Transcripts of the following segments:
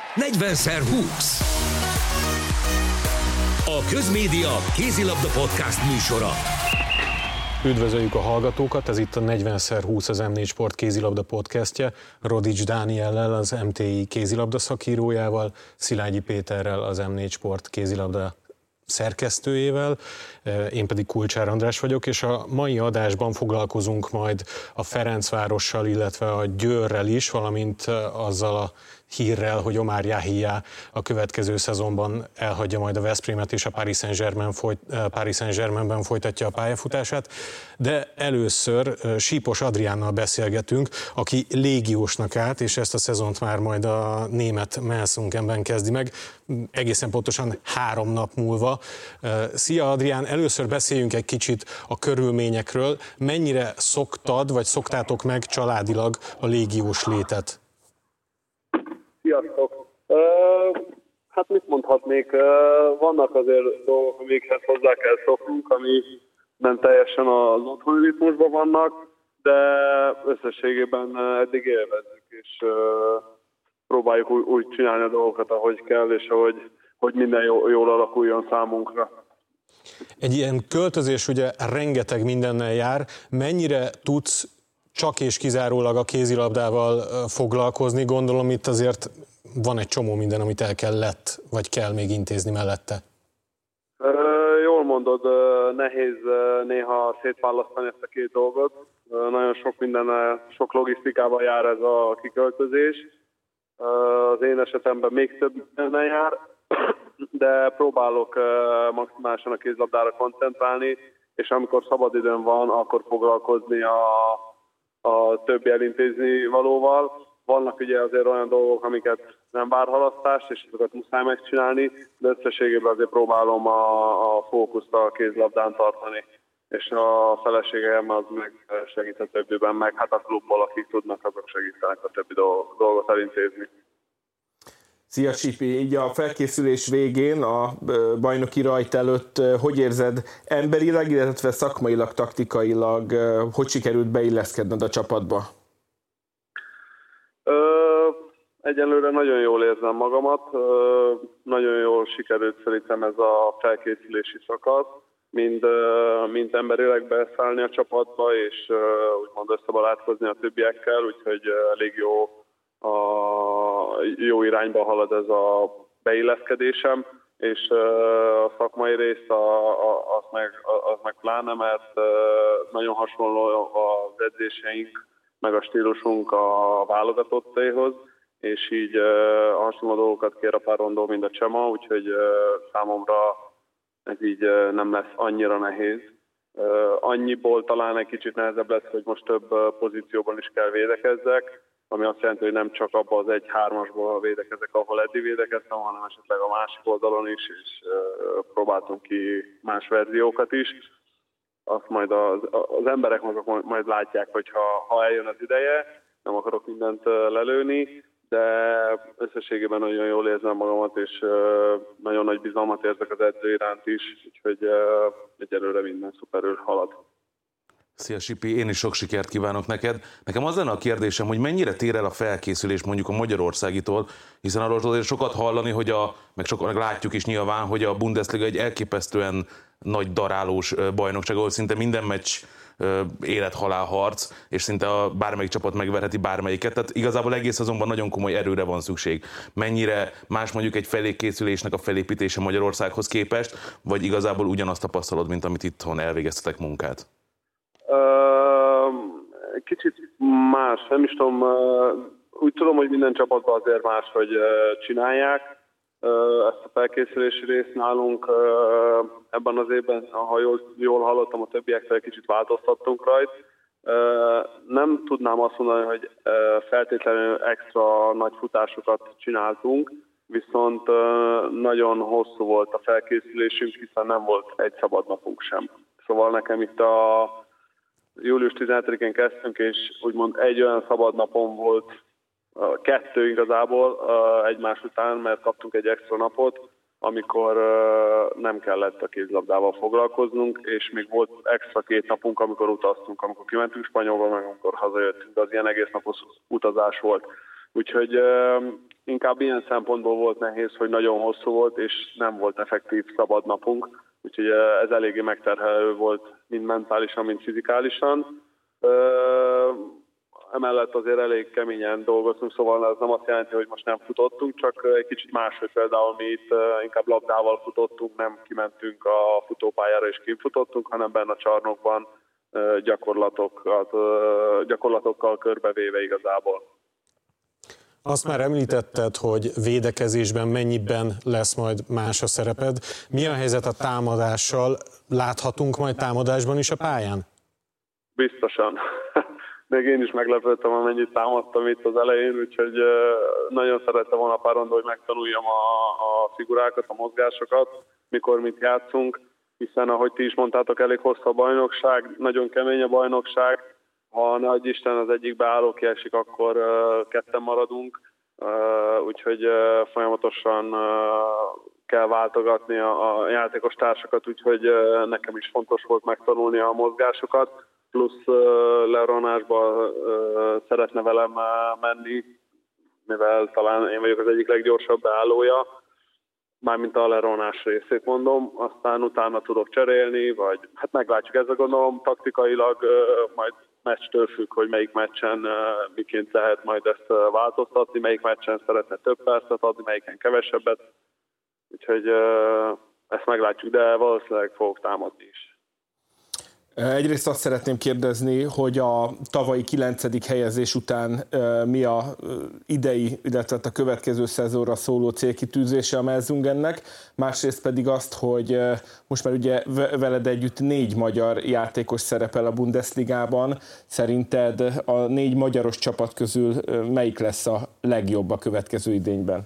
40x20. A Közmédia kézilabda podcast műsora. Üdvözöljük a hallgatókat, ez itt a 40x20 az M4 Sport kézilabda podcastje, Rodics Dániellel, az MTI kézilabda szakírójával, Szilágyi Péterrel, az M4 Sport kézilabda szerkesztőjével, én pedig Kulcsár András vagyok, és a mai adásban foglalkozunk majd a Ferencvárossal, illetve a Győrrel is, valamint azzal a hírrel, hogy Omar Yahia a következő szezonban elhagyja majd a Veszprémet, és a Paris Saint-Germainben folytatja a pályafutását. De először Sípos Adriánnal beszélgetünk, aki légiósnak állt, és ezt a szezont már majd a német Melsunkenben kezdi meg, egészen pontosan 3 nap múlva. Szia Adrián, először beszéljünk egy kicsit a körülményekről. Mennyire szoktad, vagy szoktátok meg családilag a légiós létet? Sziasztok! Hát mit mondhatnék, vannak azért dolgok, amikhez hozzá kell szoknunk, ami nem teljesen az otthoni ritmusban vannak, de összességében eddig élvezzük, és próbáljuk úgy csinálni a dolgokat, ahogy kell, és hogy minden jól alakuljon számunkra. Egy ilyen költözés ugye rengeteg mindennel jár, mennyire tudsz csak és kizárólag a kézilabdával foglalkozni? Gondolom itt azért van egy csomó minden, amit el kellett, vagy kell még intézni mellette. Jól mondod, nehéz néha szétválasztani ezt a két dolgot. Nagyon sok minden, sok logisztikával jár ez a kiköltözés. Az én esetemben még több minden jár, de próbálok maximálisan a kézilabdára koncentrálni, és amikor szabadidőm van, akkor foglalkozni a többi elintézni valóval. Vannak ugye azért olyan dolgok, amiket nem vár halasztást, és azokat muszáj megcsinálni, de összességében azért próbálom a fókuszt a kézlabdán tartani, és a feleségem az meg segít a többiben, meg hát a klubból, akik tudnak, azok segítenek a többi dolgot elintézni. Szia Sipi, így a felkészülés végén, a bajnoki rajt előtt hogy érzed emberileg, illetve szakmailag, taktikailag, hogy sikerült beilleszkedned a csapatba? Egyelőre nagyon jól érzem magamat, nagyon jól sikerült szerintem ez a felkészülési szakasz, mind emberileg beszállni a csapatba, és úgymond összebarátkozni a többiekkel, úgyhogy elég jó irányba halad ez a beilleszkedésem, és a szakmai rész az meg pláne, mert nagyon hasonló az edzéseink, meg a stílusunk a válogatottéhoz, és így hasonló dolgokat kér a Párondó, mint a Csema, úgyhogy számomra ez így nem lesz annyira nehéz. Annyiból talán egy kicsit nehezebb lesz, hogy most több pozícióban is kell védekezzek, ami azt jelenti, hogy nem csak abban az 1-3-asból védekezek, ahol eddig védekeztem, hanem esetleg a másik oldalon is, és próbáltunk ki más verziókat is. Azt majd az emberek majd látják, hogy ha eljön az ideje, nem akarok mindent lelőni, de összességében nagyon jól érzem magamat, és nagyon nagy bizalmat érzek az edző iránt is, úgyhogy egyelőre minden szuperül halad. Szia Sipi, én is sok sikert kívánok neked. Nekem az lenne a kérdésem, hogy mennyire tér el a felkészülés mondjuk a magyarországitól, hiszen arról azért sokat hallani, meg sokat látjuk is nyilván, hogy a Bundesliga egy elképesztően nagy darálós bajnokság, ahol szinte minden meccs élet-halál harc, és szinte bármelyik csapat megverheti bármelyiket, tehát igazából egész azonban nagyon komoly erőre van szükség. Mennyire más mondjuk egy felkészülésnek a felépítése Magyarországhoz képest, vagy igazából ugyanazt tapasztalod, mint amit itthon elvégeztetek munkát? Kicsit más, nem is tudom, úgy tudom, hogy minden csapatban azért más, hogy csinálják. Ezt a felkészülési részt nálunk ebben az évben, ha jól hallottam, a többiektől kicsit változtattunk rajta. Nem tudnám azt mondani, hogy feltétlenül extra nagy futásokat csináltunk, viszont nagyon hosszú volt a felkészülésünk, hiszen nem volt egy szabad napunk sem. Szóval nekem itt a július 17-én kezdtünk, és úgymond egy olyan szabad napon volt, 2 igazából egymás után, mert kaptunk egy extra napot, amikor nem kellett a kézlabdával foglalkoznunk, és még volt extra 2 napunk, amikor utaztunk, amikor kimentünk Spanyolba, meg amikor hazajöttünk, az ilyen egész napos utazás volt. Úgyhogy inkább ilyen szempontból volt nehéz, hogy nagyon hosszú volt, és nem volt effektív szabad napunk, úgyhogy ez eléggé megterhelő volt mind mentálisan, mind fizikálisan. Emellett azért elég keményen dolgoztunk, szóval ez nem azt jelenti, hogy most nem futottunk, csak egy kicsit máshogy, például mi itt inkább labdával futottunk, nem kimentünk a futópályára és kifutottunk, hanem benne a csarnokban gyakorlatokkal körbevéve igazából. Azt már említetted, hogy védekezésben mennyiben lesz majd más a szereped. Mi a helyzet a támadással? Láthatunk majd támadásban is a pályán? Biztosan. Még én is meglepődtem, amennyit támadtam itt az elején, úgyhogy nagyon szerettem volna pár ronda, hogy megtanuljam a figurákat, a mozgásokat, mikor mit játszunk, hiszen ahogy ti is mondtátok, elég hosszú a bajnokság, nagyon kemény a bajnokság. Ha ne adj Isten az egyik beálló kiesik, akkor ketten maradunk, úgyhogy folyamatosan kell váltogatni a játékos társakat, úgyhogy nekem is fontos volt megtanulni a mozgásokat, plusz leronásba szeretne velem menni, mivel talán én vagyok az egyik leggyorsabb beállója, mármint a leronás részét mondom, aztán utána tudok cserélni, vagy hát meglátjuk, ezzel gondolom taktikailag majd meccstől függ, hogy melyik meccsen miként lehet majd ezt változtatni, melyik meccsen szeretne több percet adni, melyiken kevesebbet. Úgyhogy ezt meglátjuk, de valószínűleg fogok támadni is. Egyrészt azt szeretném kérdezni, hogy a tavalyi 9. helyezés után mi a idei, illetve a következő szezonra szóló célkitűzése a Melsungen-nek, másrészt pedig azt, hogy most már ugye veled együtt 4 magyar játékos szerepel a Bundesligában. Szerinted a 4 magyaros csapat közül melyik lesz a legjobb a következő idényben?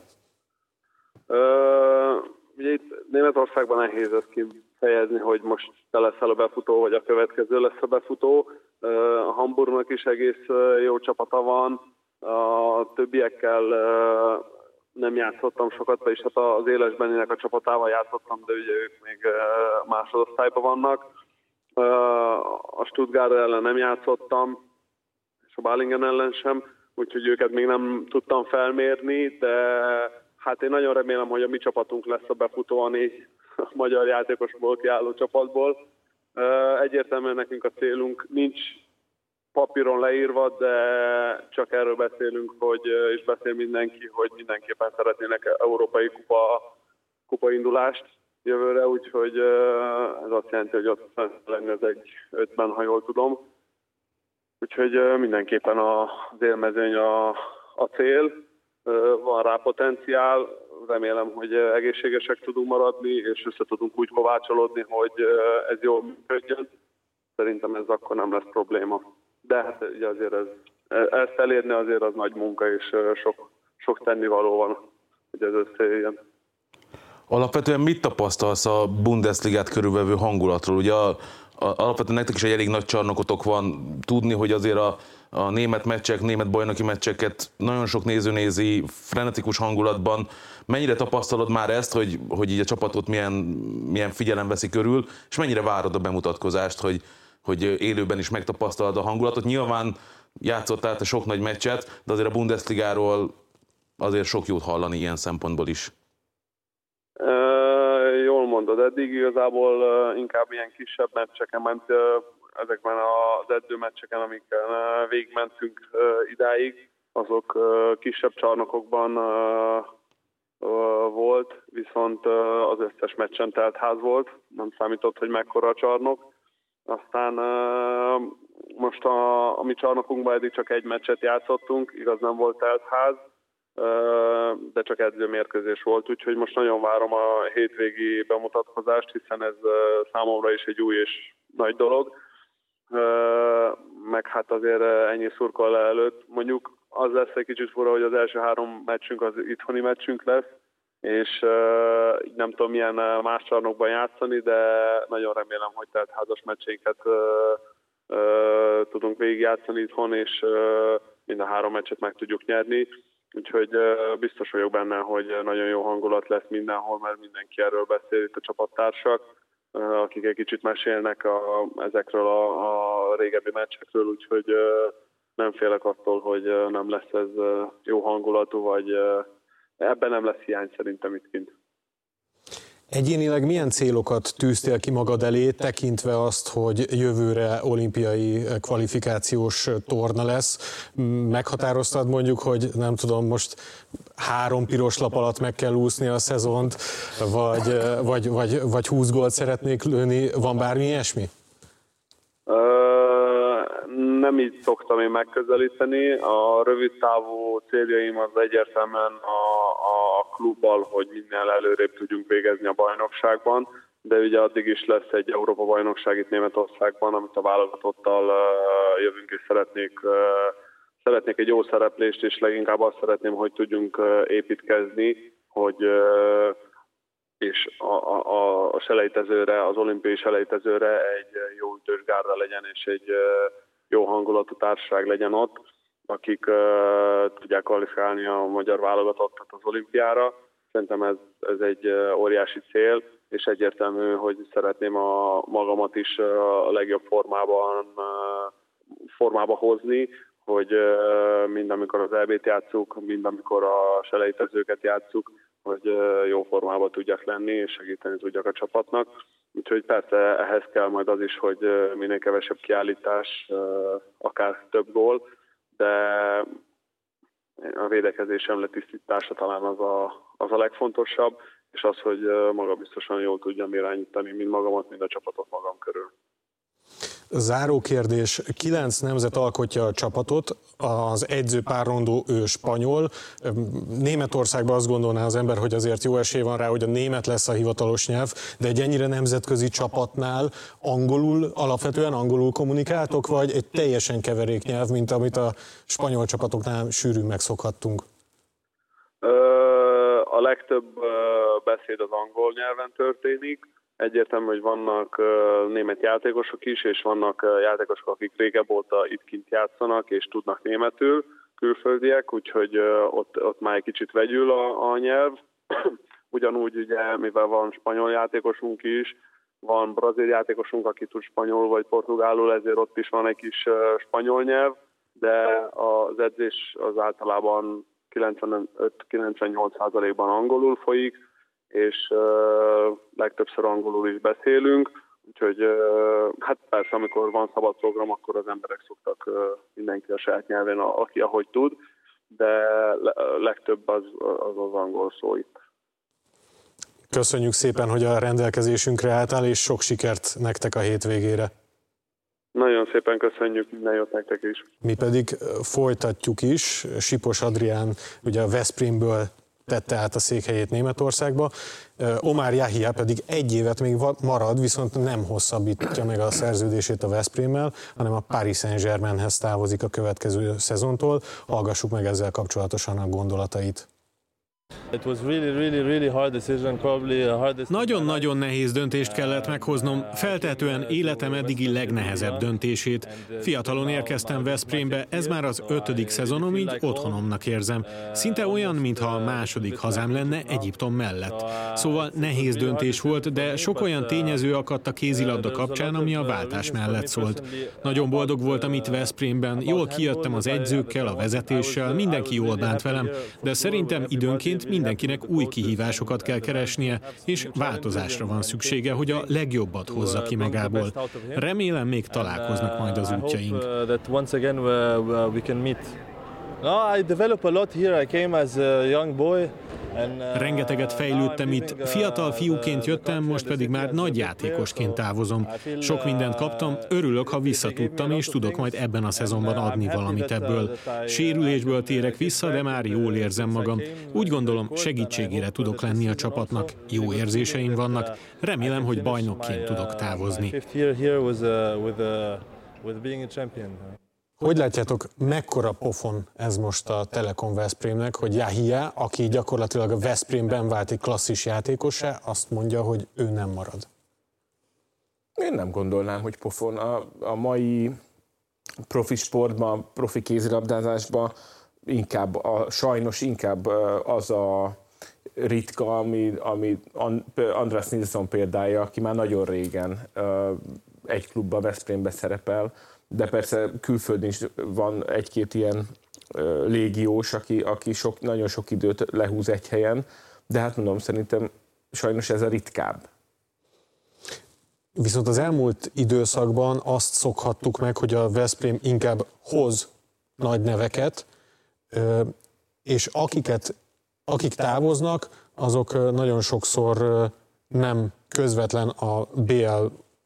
Ugye itt Németországban nehéz ezt kifejezni, hogy most te leszel a befutó, vagy a következő lesz a befutó. A Hamburgnak is egész jó csapata van, a többiekkel nem játszottam sokat, vagyis hát az Éles Benninek a csapatával játszottam, de ugye ők még másodosztályban vannak. A Stuttgart ellen nem játszottam, és a Balingen ellen sem, úgyhogy őket még nem tudtam felmérni, de hát én nagyon remélem, hogy a mi csapatunk lesz a befutó a 4 magyar játékosból kiálló csapatból. Egyértelműen nekünk a célunk nincs papíron leírva, de csak erről beszélünk, és beszél mindenki, hogy mindenképpen szeretnének európai kupa indulást jövőre, úgyhogy ez azt jelenti, hogy ott lenni az 1-5-ben, ha jól tudom. Úgyhogy mindenképpen az élmezőny a cél, van rá potenciál, remélem, hogy egészségesek tudunk maradni, és össze tudunk úgy kovácsolódni, hogy ez jól működjön. Szerintem ez akkor nem lesz probléma. De hát ugye azért ezt elérni azért az nagy munka, és sok tennivaló van, hogy ez összejöjjön. Alapvetően mit tapasztalsz a Bundesligát körülvevő hangulatról? Ugye alapvetően nektek is egy elég nagy csarnokotok van, tudni, hogy azért a német meccsek, német bajnoki meccseket nagyon sok néző nézi frenetikus hangulatban. Mennyire tapasztalod már ezt, hogy így a csapatot milyen figyelem veszi körül, és mennyire várod a bemutatkozást, hogy élőben is megtapasztalod a hangulatot? Nyilván játszottál te sok nagy meccset, de azért a Bundesligáról azért sok jót hallani ilyen szempontból is. Jól mondod, eddig igazából inkább ilyen kisebb meccseken ment, ezekben az edzőmeccseken, amiken végigmentünk idáig, azok kisebb csarnokokban volt, viszont az összes meccsen telt ház volt, nem számított, hogy mekkora a csarnok. Aztán most a mi csarnokunkban eddig csak egy meccset játszottunk, igaz nem volt telt ház, de csak edzőmérkőzés volt, úgyhogy most nagyon várom a hétvégi bemutatkozást, hiszen ez számomra is egy új és nagy dolog. Meg hát azért ennyi szurkoló előtt. Mondjuk az lesz egy kicsit fura, hogy az első 3 meccsünk az itthoni meccsünk lesz, és nem tudom milyen más csarnokban játszani, de nagyon remélem, hogy tehát házas meccseinket tudunk végigjátszani itthon, és mind a 3 meccset meg tudjuk nyerni. Úgyhogy biztos vagyok benne, hogy nagyon jó hangulat lesz mindenhol, mert mindenki erről beszél, itt a csapattársak, akik egy kicsit mesélnek ezekről a régebbi meccsekről, úgyhogy nem félek attól, hogy nem lesz ez jó hangulatú, vagy ebben nem lesz hiány szerintem itt kint. Egyénileg milyen célokat tűztél ki magad elé, tekintve azt, hogy jövőre olimpiai kvalifikációs torna lesz? Meghatároztad mondjuk, hogy nem tudom, most 3 piros lap alatt meg kell úszni a szezont, vagy 20 gólt szeretnék lőni? Van bármi ilyesmi? Nem így szoktam én megközelíteni. A rövid távú céljaim az egyértelműen a klubbal, hogy minél előrébb tudjunk végezni a bajnokságban, de ugye addig is lesz egy Európa-bajnokság itt Németországban, amit a válogatottal jövünk, és szeretnék egy jó szereplést, és leginkább azt szeretném, hogy tudjunk építkezni, hogy és a selejtezőre, az olimpiai selejtezőre egy jó ütős gárda legyen, és egy jó hangulatú társaság legyen ott, akik tudják kvalifikálni a magyar válogatottat az olimpiára. Szerintem ez egy óriási cél, és egyértelmű, hogy szeretném magamat is a legjobb formába hozni, hogy mind amikor az EB-t játsszuk, mind amikor a selejtezőket játsszuk, hogy jó formában tudjak lenni, és segíteni tudjak a csapatnak. Úgyhogy persze ehhez kell majd az is, hogy minél kevesebb kiállítás, akár több gól, de a védekezésem letisztítása talán az a legfontosabb, és az, hogy magabiztosan jól tudjam irányítani mind magamat, mind a csapatot magam körül. Záró kérdés. 9 nemzet alkotja a csapatot, az edzőpár rondó ő spanyol. Németországban azt gondolná az ember, hogy azért jó esély van rá, hogy a német lesz a hivatalos nyelv, de egy ennyire nemzetközi csapatnál alapvetően angolul kommunikáltok, vagy egy teljesen keverék nyelv, mint amit a spanyol csapatoknál sűrűn megszokhattunk? A legtöbb beszéd az angol nyelven történik. Egyértelmű, hogy vannak német játékosok is, és vannak játékosok, akik régebb óta itt kint játszanak, és tudnak németül, külföldiek, úgyhogy ott már egy kicsit vegyül a nyelv. Ugyanúgy, ugye, mivel van spanyol játékosunk is, van brazil játékosunk, aki tud spanyol vagy portugálul, ezért ott is van egy kis spanyol nyelv, de az edzés az általában 95-98%-ban angolul folyik, és legtöbbször angolul is beszélünk, úgyhogy hát persze, amikor van szabad program, akkor az emberek szoktak mindenki a saját nyelvén, aki ahogy tud, de legtöbb az angol szó itt. Köszönjük szépen, hogy a rendelkezésünkre álltál, és sok sikert nektek a hétvégére. Nagyon szépen köszönjük, minden jót nektek is. Mi pedig folytatjuk is. Sipos Adrián ugye a Veszprémből tette át a székhelyét Németországba. Omar Yahia pedig 1 évet még marad, viszont nem hosszabbítja meg a szerződését a Veszprémmel, hanem a Paris Saint-Germainhez távozik a következő szezontól. Hallgassuk meg ezzel kapcsolatosan a gondolatait. Nagyon-nagyon nehéz döntést kellett meghoznom, feltehetően életem eddigi legnehezebb döntését. Fiatalon érkeztem Veszprémbe, ez már az 5. szezonom, így otthonomnak érzem. Szinte olyan, mintha a második hazám lenne Egyiptom mellett. Szóval nehéz döntés volt, de sok olyan tényező akadt a kézilabda kapcsán, ami a váltás mellett szólt. Nagyon boldog voltam itt Veszprémben, jól kijöttem az edzőkkel, a vezetéssel, mindenki jól bánt velem, de szerintem időnként mindenkinek új kihívásokat kell keresnie, és változásra van szüksége, hogy a legjobbat hozza ki magából. Remélem, még találkoznak majd az útjaink. Rengeteget fejlődtem itt, fiatal fiúként jöttem, most pedig már nagy játékosként távozom. Sok mindent kaptam, örülök, ha visszatudtam, és tudok majd ebben a szezonban adni valamit ebből. Sérülésből térek vissza, de már jól érzem magam. Úgy gondolom, segítségére tudok lenni a csapatnak. Jó érzéseim vannak, remélem, hogy bajnokként tudok távozni. Hogy látjátok, mekkora pofon ez most a Telekom Veszprémnek, hogy Yahia, aki gyakorlatilag a Veszprémben vált egy klasszis játékossá, azt mondja, hogy ő nem marad? Én nem gondolnám, hogy pofon. A profi sportban, profi kézilabdázásban sajnos inkább az a ritka, ami András Nilsson példája, aki már nagyon régen egy klubban, Veszprémben szerepel, de persze külföldön is van egy-két ilyen légiós, aki nagyon sok időt lehúz egy helyen, de hát mondom, szerintem sajnos ez a ritkább. Viszont az elmúlt időszakban azt szokhattuk meg, hogy a Veszprém inkább hoz nagy neveket, és akik távoznak, azok nagyon sokszor nem közvetlen a BL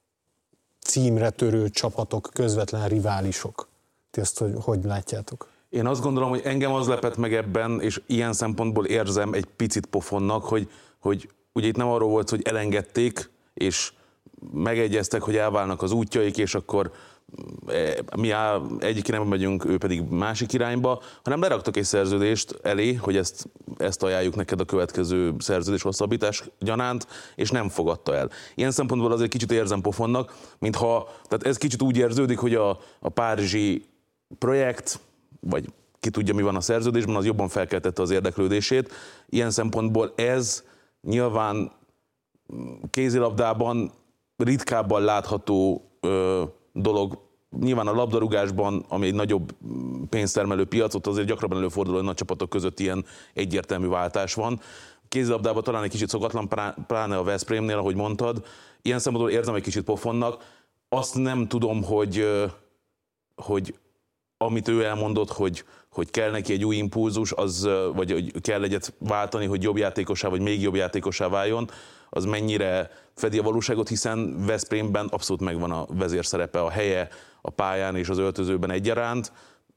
címre törő csapatok, közvetlen riválisok. Ti ezt hogy látjátok? Én azt gondolom, hogy engem az lepett meg ebben, és ilyen szempontból érzem egy picit pofonnak, hogy ugye itt nem arról volt, hogy elengedték, és megegyeztek, hogy elválnak az útjaik, és akkor mi egyik irányba megyünk, ő pedig másik irányba, hanem leraktak egy szerződést elé, hogy ezt ajánljuk neked a következő szerződés hosszabbítás gyanánt, és nem fogadta el. Ilyen szempontból azért kicsit érzem pofonnak, tehát ez kicsit úgy érződik, hogy a párizsi projekt, vagy ki tudja, mi van a szerződésben, az jobban felkeltette az érdeklődését. Ilyen szempontból ez nyilván kézilabdában ritkábban látható dolog. Nyilván a labdarúgásban, ami egy nagyobb pénztermelő piac, ott azért gyakrabban előfordul, hogy nagy csapatok között ilyen egyértelmű váltás van. Kézilabdában talán egy kicsit szokatlan, pláne a Veszprémnél, ahogy mondtad. Ilyen szempontból érzem egy kicsit pofonnak. Azt nem tudom, hogy amit ő elmondott, hogy kell neki egy új impulzus, vagy hogy kell egyet váltani, hogy jobb játékosá, vagy még jobb játékosá váljon, az mennyire fedi a valóságot, hiszen Veszprémben abszolút megvan a vezérszerepe, a helye a pályán és az öltözőben egyaránt.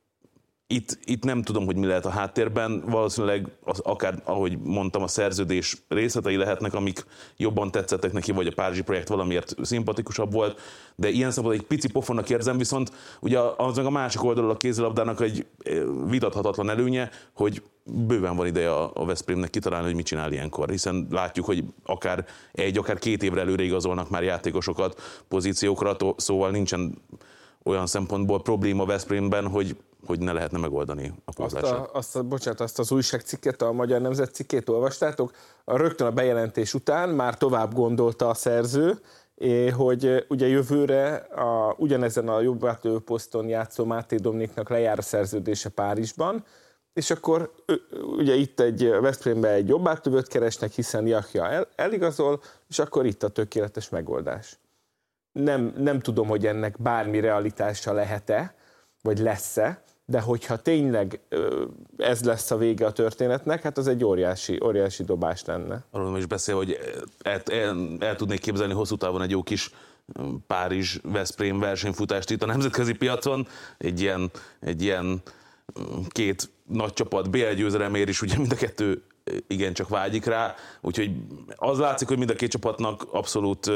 Itt nem tudom, hogy mi lehet a háttérben, valószínűleg akár, ahogy mondtam, a szerződés részletei lehetnek, amik jobban tetszettek neki, vagy a párizsi projekt valamiért szimpatikusabb volt, de ilyen szempontból egy pici pofonnak érzem, viszont ugye az meg a másik oldalról a kézilabdának egy vitathatatlan előnye, hogy bőven van ideje a Veszprémnek kitalálni, hogy mit csinál ilyenkor, hiszen látjuk, hogy akár 2 évre előre igazolnak már játékosokat pozíciókra, szóval nincsen olyan szempontból probléma Veszprémben, hogy ne lehetne megoldani a pótlását. Azt az újságcikket, a Magyar Nemzet cikkét olvastátok? Rögtön a bejelentés után már tovább gondolta a szerző, hogy ugye jövőre ugyanezen a jobbátlövő poszton játszó Máté Dominiknak lejár a szerződése Párizsban, és akkor ugye itt Veszprémben egy jobbátlövőt keresnek, hiszen Yahya eligazol, és akkor itt a tökéletes megoldás. Nem tudom, hogy ennek bármi realitása lehet-e, vagy lesz-e, de hogyha tényleg ez lesz a vége a történetnek, hát az egy óriási dobás lenne. Arról is beszél, hogy el tudnék képzelni hosszú távon egy jó kis Párizs-Veszprém versenyfutást itt a nemzetközi piacon, egy ilyen 2 nagy csapat BL győzelemért is, ugye mind a 2 igencsak vágyik rá, úgyhogy az látszik, hogy mind a 2 csapatnak abszolút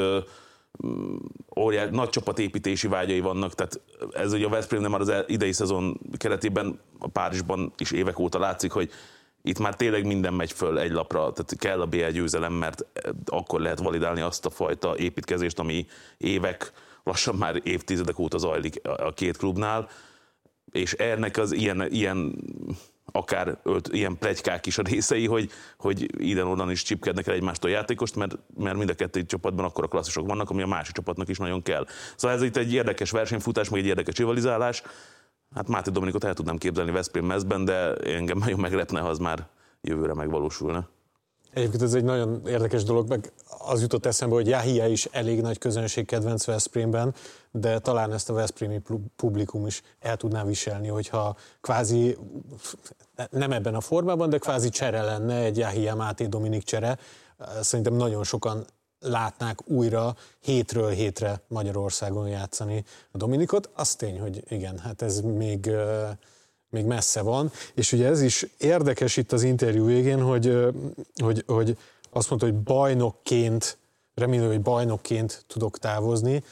nagy csapatépítési vágyai vannak, tehát ez ugye a Veszprémnél már az idei szezon keretében, a Párizsban is évek óta látszik, hogy itt már tényleg minden megy föl egy lapra, tehát kell a BL győzelem, mert akkor lehet validálni azt a fajta építkezést, ami évek, lassan már évtizedek óta zajlik a 2 klubnál, és ennek az ilyen akár ilyen pletykák is a részei, hogy ide-oda is csipkednek el egymástól játékost, mert mind a 2 csapatban akkora klasszisok vannak, ami a másik csapatnak is nagyon kell. Szóval ez itt egy érdekes versenyfutás, meg egy érdekes rivalizálás. Hát Máté Dominikot el tudnám képzelni Veszprém mezben, de engem nagyon meglepne, ha az már jövőre megvalósulna. Egyébként ez egy nagyon érdekes dolog, meg az jutott eszembe, hogy Yahya is elég nagy közönségkedvenc Veszprémben, de talán ezt a veszprémi publikum is el tudná viselni, hogyha kvázi, nem ebben a formában, de kvázi csere lenne, egy Yahya Máté Dominik csere. Szerintem nagyon sokan látnák újra hétről hétre Magyarországon játszani a Dominikot. Az tény, hogy igen, hát ez még messze van, és ugye ez is érdekes itt az interjú végén, hogy azt mondta, hogy bajnokként, remélem, hogy bajnokként tudok távozni.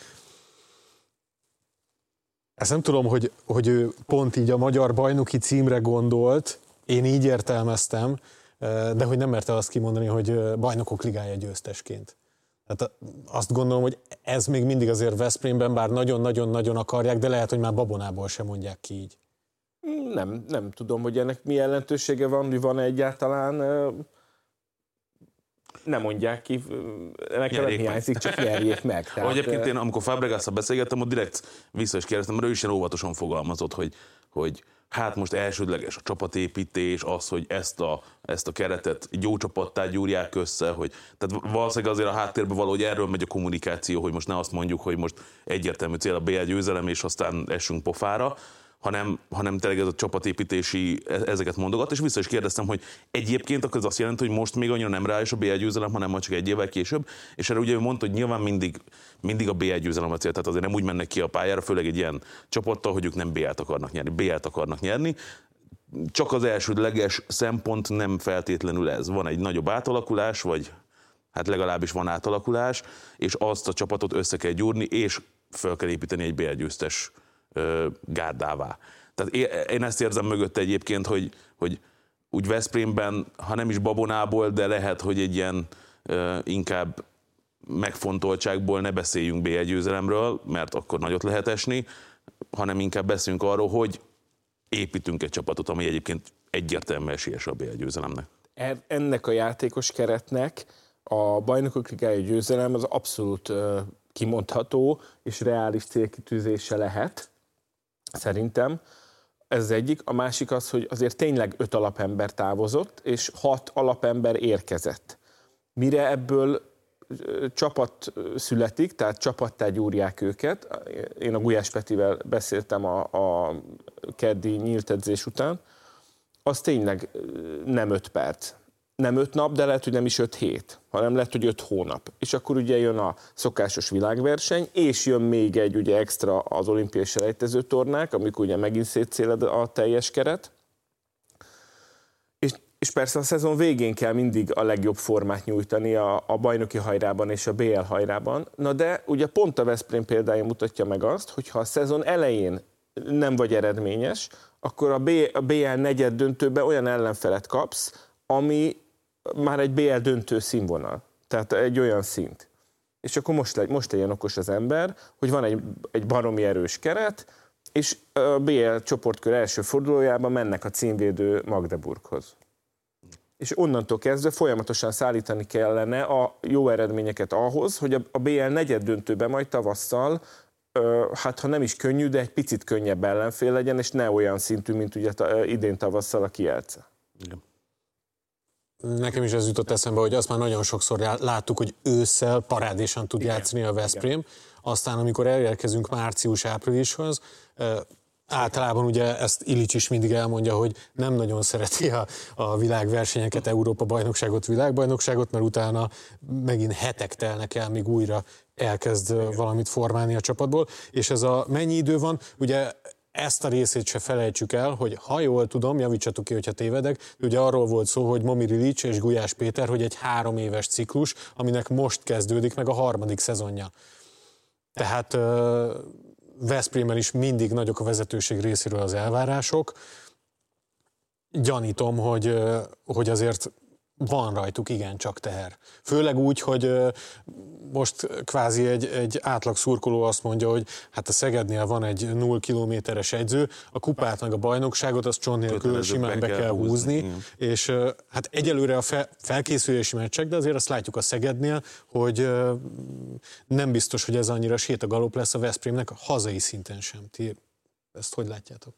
Ezt nem tudom, hogy ő pont így a magyar bajnoki címre gondolt, én így értelmeztem, de hogy nem merte azt kimondani, hogy bajnokok ligája győztesként. Tehát azt gondolom, hogy ez még mindig azért Veszprémben, bár nagyon-nagyon-nagyon akarják, de lehet, hogy már babonából sem mondják ki így. Nem tudom, hogy ennek mi jelentősége van, mi van egyáltalán. Nem mondják ki, nekem nem hiányzik, csak nyerjék meg. Tehát... Egyébként én, amikor Fabregasszal beszélgettem, ott direkt vissza is kérdeztem, mert ő is ilyen óvatosan fogalmazott, hogy hát most elsődleges a csapatépítés, az, hogy ezt a keretet egy jó csapattá gyúrják össze, hogy tehát valószínűleg azért a háttérben valahogy erről megy a kommunikáció, hogy most ne azt mondjuk, hogy most egyértelmű cél a BL győzelem, és aztán essünk pofára, hanem tényleg ez a csapatépítési, ezeket mondogat, és vissza is kérdeztem, hogy egyébként akkor ez azt jelenti, hogy most még annyira nem reális a BL győzelem, hanem majd csak egy évvel később, és erre ugye ő mondta, hogy nyilván mindig a BL győzelem a cél, tehát azért nem úgy mennek ki a pályára, főleg egy ilyen csapattal, hogy ők nem BL-t akarnak nyerni, BL-t akarnak nyerni. Csak az elsődleges szempont nem feltétlenül ez. Van egy nagyobb átalakulás, vagy hát legalábbis van átalakulás, és azt a csapatot össze kell gyúrni, és fel kell építeni egy BL győztes gárdává. Tehát én ezt érzem mögötte egyébként, hogy úgy Veszprémben, ha nem is babonából, de lehet, hogy egy ilyen inkább megfontoltságból ne beszéljünk BL győzelemről, mert akkor nagyot lehet esni, hanem inkább beszéljünk arról, hogy építünk egy csapatot, ami egyébként egyértelműen esélyes a BL győzelemnek. Ennek a játékos keretnek a Bajnokok Ligája győzelem az abszolút kimondható és reális célkitűzése lehet, szerintem. Ez az egyik. A másik az, hogy azért tényleg 5 alapember távozott, és 6 alapember érkezett. Mire ebből csapat születik, tehát csapattá gyúrják őket. Én a Gulyás Petivel beszéltem a keddi nyílt edzés után. Az tényleg nem 5 perc. Nem 5 nap, de lehet, hogy nem is 5 hét, hanem lehet, hogy 5 hónap. És akkor ugye jön a szokásos világverseny, és jön még egy ugye extra az olimpiai selejtező tornák, amikor ugye megint szétszéled a teljes keret. És persze a szezon végén kell mindig a legjobb formát nyújtani a bajnoki hajrában és a BL hajrában. Na de ugye pont a Veszprém példája mutatja meg azt, hogy ha a szezon elején nem vagy eredményes, akkor a BL negyed döntőben olyan ellenfelet kapsz, ami már egy BL döntő színvonal. Tehát egy olyan szint. És akkor most legyen okos az ember, hogy van egy baromi erős keret, és a BL csoportkör első fordulójában mennek a címvédő Magdeburghoz. És onnantól kezdve folyamatosan szállítani kellene a jó eredményeket ahhoz, hogy a BL negyed döntőben majd tavasszal, hát ha nem is könnyű, de egy picit könnyebb ellenfél legyen, és ne olyan szintű, mint ugye idén tavasszal a Kielce. Igen. Nekem is ez jutott eszembe, hogy azt már nagyon sokszor láttuk, hogy ősszel parádésan tud játszani a Veszprém. Igen. Aztán, amikor elérkezünk március-áprilishoz, általában ugye ezt Illich is mindig elmondja, hogy nem nagyon szereti a világversenyeket, Európa-bajnokságot, világbajnokságot, mert utána megint hetek telnek el, míg újra elkezd valamit formálni a csapatból. És ez mennyi idő van? Ugye ezt a részét se felejtsük el, hogy ha jól tudom, javítsatok ki, hogyha tévedek, ugye arról volt szó, hogy Momir Illich és Gulyás Péter, hogy egy 3 éves ciklus, aminek most kezdődik meg a 3. szezonja. Tehát Veszprémmel is mindig nagyok a vezetőség részéről az elvárások. Gyanítom, hogy azért van rajtuk igencsak teher. Főleg úgy, hogy most kvázi egy átlag szurkoló azt mondja, hogy hát a Szegednél van egy 0 kilométeres edző, a kupát meg a bajnokságot azt Cson nélkül simán be kell húzni, és hát egyelőre a felkészülési meccsek, de azért azt látjuk a Szegednél, hogy nem biztos, hogy ez annyira sétagalop lesz a Veszprémnek, a hazai szinten sem. Ti ezt hogy látjátok?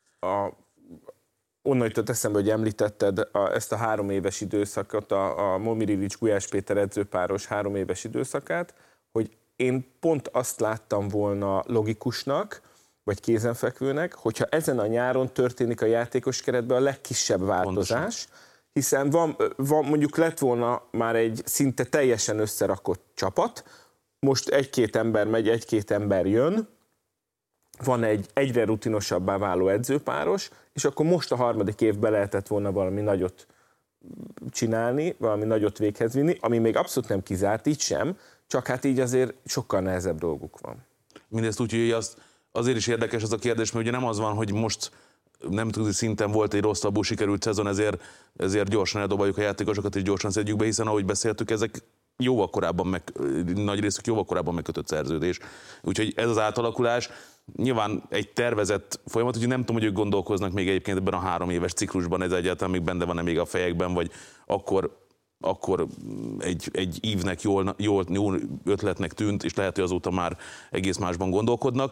Onnan jutott eszembe, hogy említetted ezt a 3 éves időszakot, a Momir Illich Gulyás Péter edzőpáros 3 éves időszakát, hogy én pont azt láttam volna logikusnak, vagy kézenfekvőnek, hogyha ezen a nyáron történik a játékos keretben a legkisebb változás, pontosan. Hiszen van, mondjuk lett volna már egy szinte teljesen összerakott csapat, most 1-2 ember megy, 1-2 ember jön, van egy egyre rutinosabbá váló edzőpáros, és akkor most a 3. évben lehetett volna valami nagyot csinálni, valami nagyot véghez vinni, ami még abszolút nem kizárt, így sem, csak hát így azért sokkal nehezebb dolguk van. Mindezt úgy, hogy azért is érdekes ez a kérdés, mert ugye nem az van, hogy most nemzetközi szinten volt egy rosszabbul sikerült szezon, ezért gyorsan eldobáljuk a játékosokat, és gyorsan szedjük be, hiszen ahogy beszéltük, ezek jóval korábban nagy részük jóval korábban megkötött szerződés. Úgyhogy ez az átalakulás nyilván egy tervezett folyamat, úgyhogy nem tudom, hogy ők gondolkoznak még egyébként ebben a 3 éves ciklusban, ez egyáltalán még benne van-e még a fejekben, vagy akkor egy ívnek jól ötletnek tűnt, és lehet, hogy azóta már egész másban gondolkodnak.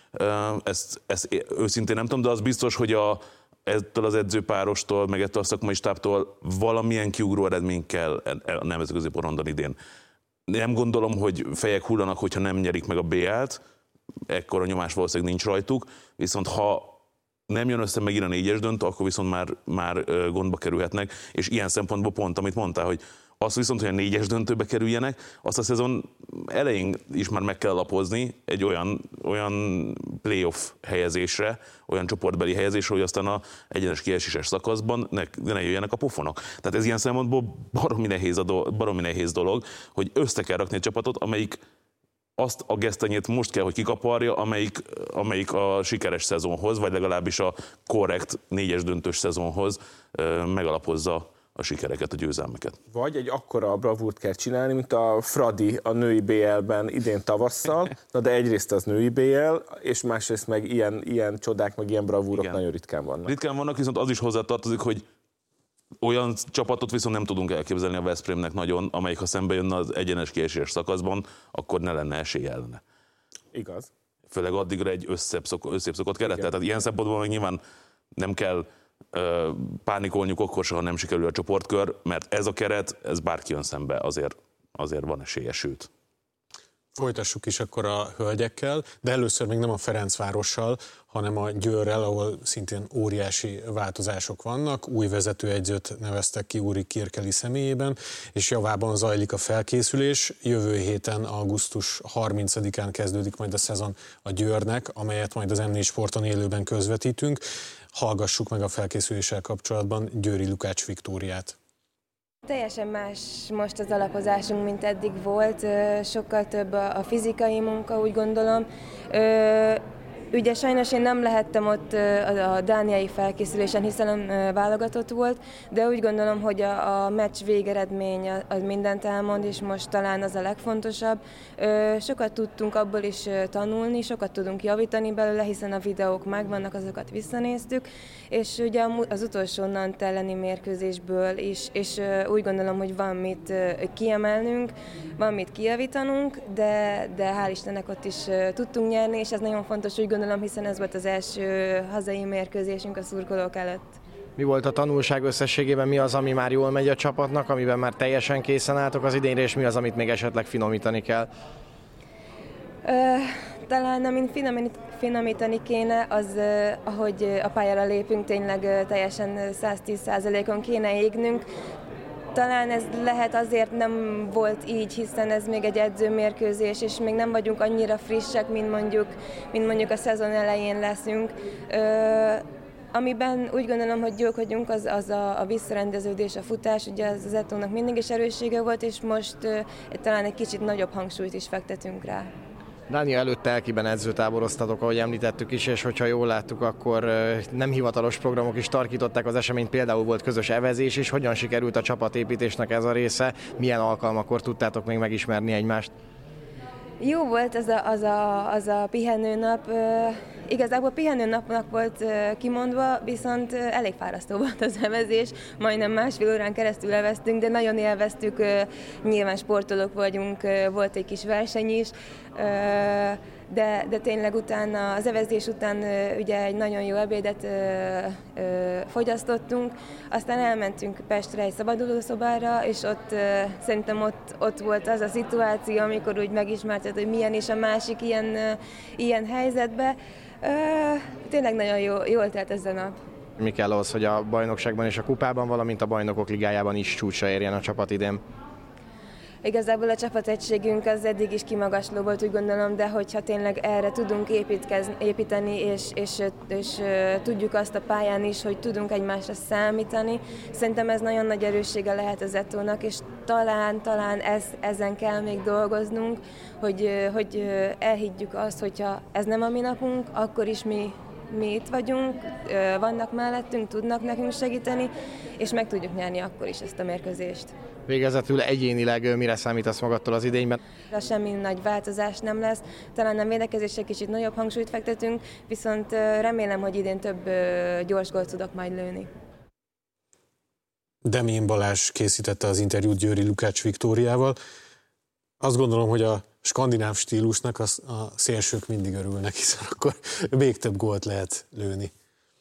ezt őszintén nem tudom, de az biztos, hogy ettől az edzőpárostól, meg ettől a szakmai stábtól valamilyen kiugró eredmény kell a nemzetközi porondon idén. Nem gondolom, hogy fejek hullanak, hogyha nem nyerik meg a BL-t, ekkora nyomás valószínűleg nincs rajtuk, viszont ha nem jön össze megint a 4-es döntő, akkor viszont már gondba kerülhetnek, és ilyen szempontból pont, amit mondtál, hogy azt viszont, hogy a 4-es döntőbe kerüljenek, azt a szezon elején is már meg kell alapozni egy olyan playoff helyezésre, olyan csoportbeli helyezésre, hogy aztán a egyenes kieséses szakaszban ne jöjjenek a pofonok. Tehát ez ilyen szempontból baromi nehéz dolog, hogy össze kell rakni egy csapatot, amelyik azt a gesztenyét most kell, hogy kikaparja, amelyik a sikeres szezonhoz, vagy legalábbis a korrekt 4-es döntős szezonhoz megalapozza a sikereket, a győzelmeket. Vagy egy akkora bravúrt kell csinálni, mint a Fradi a női BL-ben idén tavasszal, na de egyrészt az női BL, és másrészt meg ilyen csodák, meg ilyen bravúrok nagyon ritkán vannak. Ritkán vannak, viszont az is hozzátartozik, hogy olyan csapatot viszont nem tudunk elképzelni a Veszprémnek nagyon, amelyik ha szembe jönne az egyenes kieséses szakaszban, akkor ne lenne esély ellene. Igaz. Főleg addigra egy összebb szokott keret. Tehát ilyen szempontból meg nyilván nem kell pánikolniuk akkor se, ha nem sikerül a csoportkör, mert ez a keret, ez bárki jön szembe, azért van esélye, sőt. Folytassuk is akkor a hölgyekkel, de először még nem a Ferencvárossal, hanem a Győrrel, ahol szintén óriási változások vannak. Új vezetőedzőt neveztek ki Uri Kirkeli személyében, és javában zajlik a felkészülés. Jövő héten, augusztus 30-án kezdődik majd a szezon a Győrnek, amelyet majd az M4 Sporton élőben közvetítünk. Hallgassuk meg a felkészüléssel kapcsolatban Győri Lukács Viktóriát. Teljesen más most az alapozásunk, mint eddig volt, sokkal több a fizikai munka, úgy gondolom. Ugye sajnos én nem lehettem ott a dániai felkészülésen, hiszen válogatott volt, de úgy gondolom, hogy a meccs végeredmény az mindent elmond, és most talán az a legfontosabb. Sokat tudtunk abból is tanulni, sokat tudunk javítani belőle, hiszen a videók megvannak, azokat visszanéztük, és ugye az utolsó Nantes elleni mérkőzésből is, és úgy gondolom, hogy van mit kiemelnünk, van mit kijavítanunk, de hál' Istennek ott is tudtunk nyerni, és ez nagyon fontos, úgy gondolom, hiszen ez volt az első hazai mérkőzésünk a szurkolók előtt. Mi volt a tanulság összességében, mi az, ami már jól megy a csapatnak, amiben már teljesen készen álltok az idénre, és mi az, amit még esetleg finomítani kell? Talán amin finomítani kéne, az, ahogy a pályára lépünk, tényleg teljesen 110%-on kéne égnünk. Talán ez lehet azért nem volt így, hiszen ez még egy edzőmérkőzés, és még nem vagyunk annyira frissek, mint mondjuk a szezon elején leszünk. Amiben úgy gondolom, hogy jók vagyunk, az a visszarendeződés, a futás, ugye az Etónak mindig is erőssége volt, és most talán egy kicsit nagyobb hangsúlyt is fektetünk rá. Dánia előtt Telkiben edzőtáboroztatok, ahogy említettük is, és hogyha jól láttuk, akkor nem hivatalos programok is tarkították az eseményt, például volt közös evezés is. Hogyan sikerült a csapatépítésnek ez a része? Milyen alkalmakkor tudtátok még megismerni egymást? Jó volt az a pihenőnap. Igazából pihenőnapnak volt kimondva, viszont elég fárasztó volt az evezés. Majdnem másfél órán keresztül eveztünk, de nagyon élveztük. Nyilván sportolók vagyunk, volt egy kis verseny is. De tényleg utána, az evezés után ugye egy nagyon jó ebédet fogyasztottunk, aztán elmentünk Pestre egy szabadulószobára, és ott szerintem ott volt az a szituáció, amikor úgy megismerted, hogy milyen is a másik ilyen helyzetben. Tényleg nagyon jól telt ez a nap. Mi kell ahhoz, hogy a bajnokságban és a kupában, valamint a bajnokok ligájában is csúcsra érjen a csapat idén? Igazából a csapategységünk az eddig is kimagasló volt, úgy gondolom, de hogyha tényleg erre tudunk építeni, és tudjuk azt a pályán is, hogy tudunk egymásra számítani, szerintem ez nagyon nagy erőssége lehet az Etónak, és talán ezen kell még dolgoznunk, hogy elhiggyük azt, hogyha ez nem a mi napunk, akkor is mi itt vagyunk, vannak mellettünk, tudnak nekünk segíteni, és meg tudjuk nyerni akkor is ezt a mérkőzést. Végezetül egyénileg mire számítasz magadtól az idényben? Semmi nagy változás nem lesz, talán a védekezésre kicsit nagyobb hangsúlyt fektetünk, viszont remélem, hogy idén több gyors gólt tudok majd lőni. Demén Balázs készítette az interjút Győri Lukács Viktóriával. Azt gondolom, hogy a skandináv stílusnak a szélsők mindig örülnek, hiszen akkor még több gólt lehet lőni.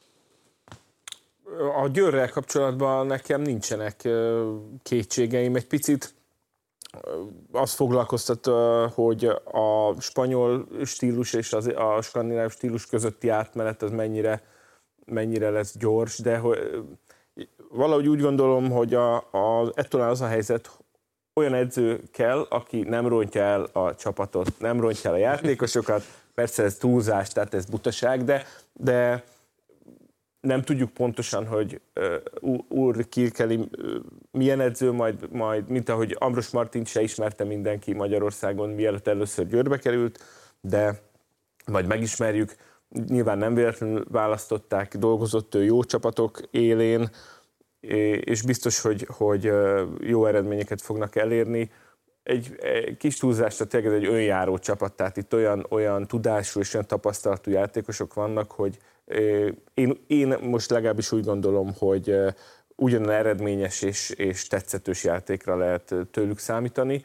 A Győrrel kapcsolatban nekem nincsenek kétségeim. Egy picit azt foglalkoztat, hogy a spanyol stílus és a skandináv stílus közötti átmenet az mennyire lesz gyors, de valahogy úgy gondolom, hogy ettől az a helyzet, olyan edző kell, aki nem rontja el a csapatot, nem rontja el a játékosokat, persze ez túlzás, tehát ez butaság, de nem tudjuk pontosan, hogy Úr Kirkeli milyen edző, majd mint ahogy Ambros Martint se ismerte mindenki Magyarországon, mielőtt először Győrbe került, de majd megismerjük. Nyilván nem véletlenül választották, dolgozott ő jó csapatok élén, és biztos, hogy jó eredményeket fognak elérni. Egy kis túlzásra tényleg ez egy önjáró csapat, tehát itt olyan tudású és olyan tapasztalatú játékosok vannak, hogy én most legalábbis úgy gondolom, hogy ugyanolyan eredményes és tetszetős játékra lehet tőlük számítani.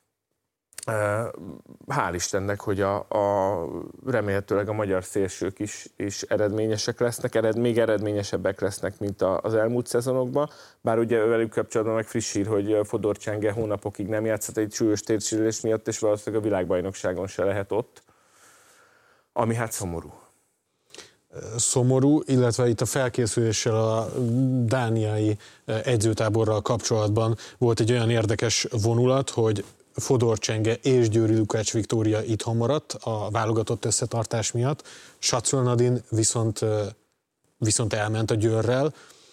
Hál' Istennek, hogy remélhetőleg a magyar szélsők is eredményesek lesznek, még eredményesebbek lesznek, mint az elmúlt szezonokban. Bár ugye velük kapcsolatban meg friss hír, hogy Fodor Csenge hónapokig nem játszhat egy súlyos térsérülés miatt, és valószínűleg a világbajnokságon se lehet ott, ami hát szomorú. Szomorú, illetve itt a felkészüléssel a dániai edzőtáborral kapcsolatban volt egy olyan érdekes vonulat, hogy Fodor Csenge és Győri Lukács Viktória itthon maradt a válogatott összetartás miatt. Sacol Nadine viszont elment a Győrrel.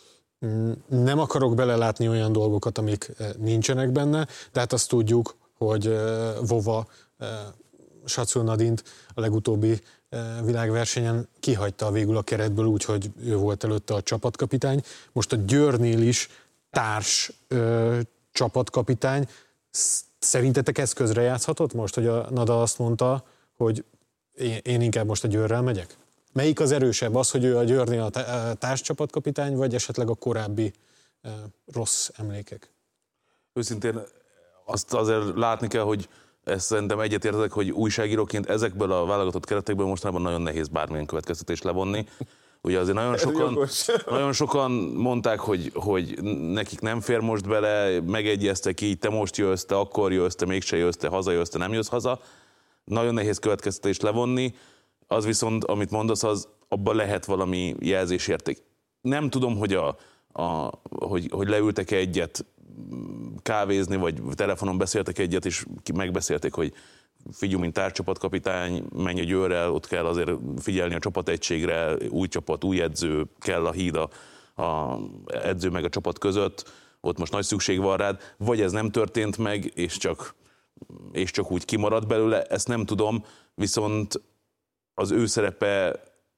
Nem akarok belelátni olyan dolgokat, amik nincsenek benne, de hát azt tudjuk, hogy Vova Sacol Nadint a legutóbbi világversenyen kihagyta végül a keretből, úgyhogy ő volt előtte a csapatkapitány. Most a Győrnél is társ csapatkapitány. Szerintetek ez közrejátszhatott most, hogy a Nada azt mondta, hogy én inkább most a Győrrel megyek? Melyik az erősebb, az, hogy ő a Győrnél a társcsapatkapitány, vagy esetleg a korábbi rossz emlékek? Őszintén azt azért látni kell, hogy ezt szerintem egyetértek, hogy újságíróként ezekből a válogatott keretekből mostanában nagyon nehéz bármilyen következtetést levonni. Ugye azért nagyon sokan mondták, hogy nekik nem fér most bele, megegyeztek így, te most jössz, te akkor jössz, te mégse jössz, te hazajössz, te nem jössz haza. Nagyon nehéz következtetést levonni, az viszont, amit mondasz, az abban lehet valami jelzésérték. Nem tudom, hogy leültek egyet kávézni, vagy telefonon beszéltek egyet, és megbeszélték, hogy figyelj, mint tárcsapatkapitány, menj a Győrrel, ott kell azért figyelni a csapategységre, új csapat, új edző, kell a híd a edző meg a csapat között, ott most nagy szükség van rád, vagy ez nem történt meg, és csak úgy kimarad belőle, ezt nem tudom, viszont az ő szerepe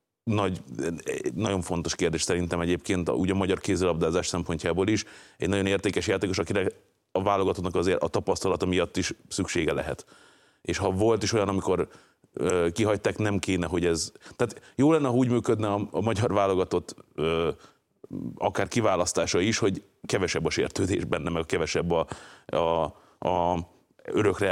nagyon fontos kérdés szerintem egyébként, úgy a magyar kézilabdázás szempontjából is, egy nagyon értékes játékos, akire a válogatottnak azért a tapasztalata miatt is szüksége lehet. És ha volt is olyan, amikor kihagyták, nem kéne, hogy ez... Tehát jó lenne, ha úgy működne a magyar válogatott akár kiválasztása is, hogy kevesebb a sértődés benne, meg kevesebb a örökre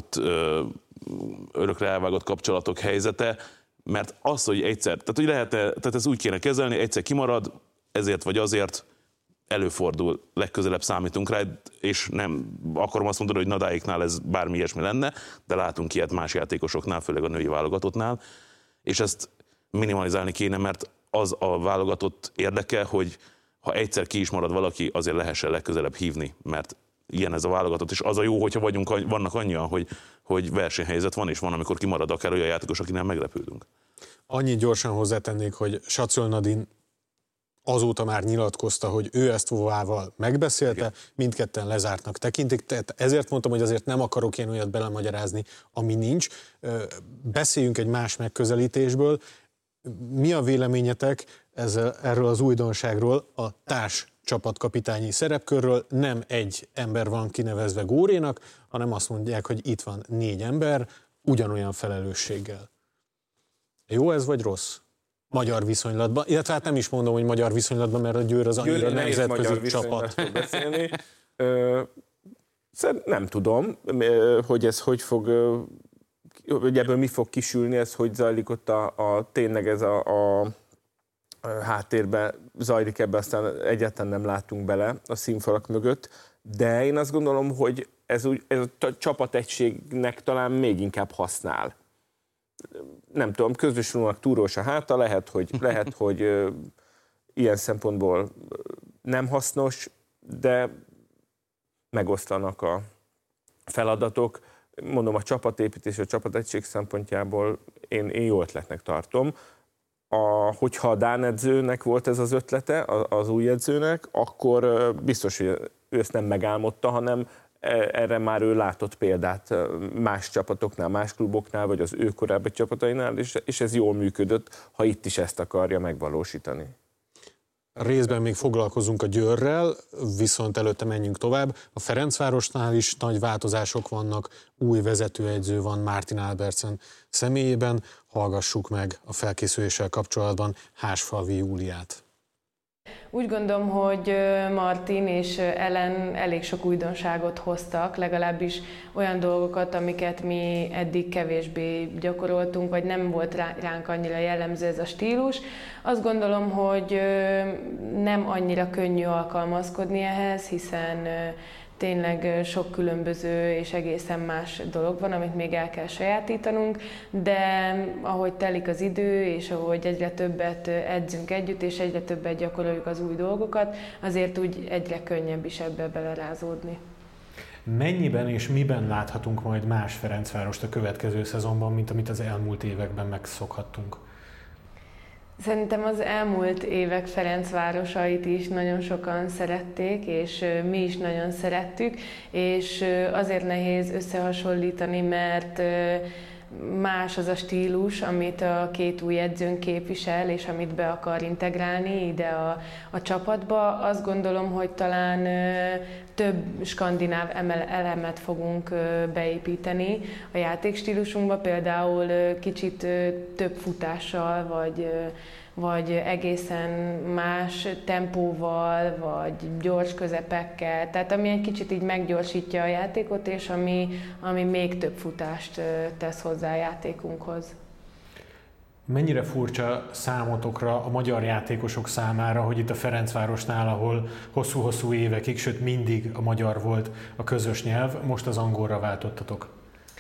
elvágott kapcsolatok helyzete, mert az, hogy egyszer, tehát ez úgy kéne kezelni, egyszer kimarad, ezért vagy azért előfordul, legközelebb számítunk rá, és nem akarom azt mondani, hogy Nadáiknál ez bármi ilyesmi lenne, de látunk ilyet más játékosoknál, főleg a női válogatottnál, és ezt minimalizálni kéne, mert az a válogatott érdeke, hogy ha egyszer ki is marad valaki, azért lehessen legközelebb hívni, mert ilyen ez a válogatott, és az a jó, hogyha vannak annyian, hogy versenyhelyzet van, és van, amikor kimarad akár olyan játékos, akinek meglepődünk. Annyit gyorsan hozzátennék, hogy Sacol Nadine azóta már nyilatkozta, hogy ő ezt Vovával megbeszélte, igen. Mindketten lezártnak tekintik, tehát ezért mondtam, hogy azért nem akarok én olyat belemagyarázni, ami nincs. Beszéljünk egy más megközelítésből. Mi a véleményetek erről az újdonságról, a társ csapatkapitányi szerepkörről? Nem egy ember van kinevezve Górénak, hanem azt mondják, hogy itt van 4 ember, ugyanolyan felelősséggel. Jó ez, vagy rossz? Magyar viszonylatban, illetve hát nem is mondom, hogy magyar viszonylatban, mert a Győr az annyira nemzetközi csapat. Nem tudom, hogy ez hogy fog, hogy ebből mi fog kisülni, ez hogy zajlik ott tényleg ez a háttérben zajlik ebbe, aztán egyáltalán nem látunk bele a színfalak mögött, de én azt gondolom, hogy ez a csapategységnek talán még inkább használ. Nem tudom, közösülőnek túrós a háta, lehet, hogy ilyen szempontból nem hasznos, de megoszlanak a feladatok. Mondom, a csapatépítés, a csapategység szempontjából én jó ötletnek tartom. Hogyha a dán edzőnek volt ez az ötlete, az új edzőnek, akkor biztos, hogy ő ezt nem megálmodta, hanem erre már ő látott példát más csapatoknál, más kluboknál, vagy az ő korábbi csapatainál, és ez jól működött, ha itt is ezt akarja megvalósítani. Részben még foglalkozunk a Győrrel, viszont előtte menjünk tovább. A Ferencvárosnál is nagy változások vannak, új vezetőedző van Martin Albertsen személyében. Hallgassuk meg a felkészüléssel kapcsolatban Hársfalvi Júliát. Úgy gondolom, hogy Martin és Ellen elég sok újdonságot hoztak, legalábbis olyan dolgokat, amiket mi eddig kevésbé gyakoroltunk, vagy nem volt ránk annyira jellemző ez a stílus. Azt gondolom, hogy nem annyira könnyű alkalmazkodni ehhez, hiszen tényleg sok különböző és egészen más dolog van, amit még el kell sajátítanunk, de ahogy telik az idő, és ahogy egyre többet edzünk együtt, és egyre többet gyakoroljuk az új dolgokat, azért úgy egyre könnyebb is ebbe belerázódni. Mennyiben és miben láthatunk majd más Ferencvárost a következő szezonban, mint amit az elmúlt években megszokhattunk? Szerintem az elmúlt évek Ferencvárosait is nagyon sokan szerették, és mi is nagyon szerettük, és azért nehéz összehasonlítani, mert más az a stílus, amit a két új edzőnk képvisel, és amit be akar integrálni ide a csapatba. Azt gondolom, hogy talán több skandináv elemet fogunk beépíteni a játékstílusunkba, például kicsit több futással, vagy egészen más tempóval, vagy gyors közepekkel, tehát ami egy kicsit így meggyorsítja a játékot, és ami még több futást tesz hozzá a játékunkhoz. Mennyire furcsa számotokra a magyar játékosok számára, hogy itt a Ferencvárosnál, ahol hosszú-hosszú évekig, sőt mindig a magyar volt a közös nyelv, most az angolra váltottatok?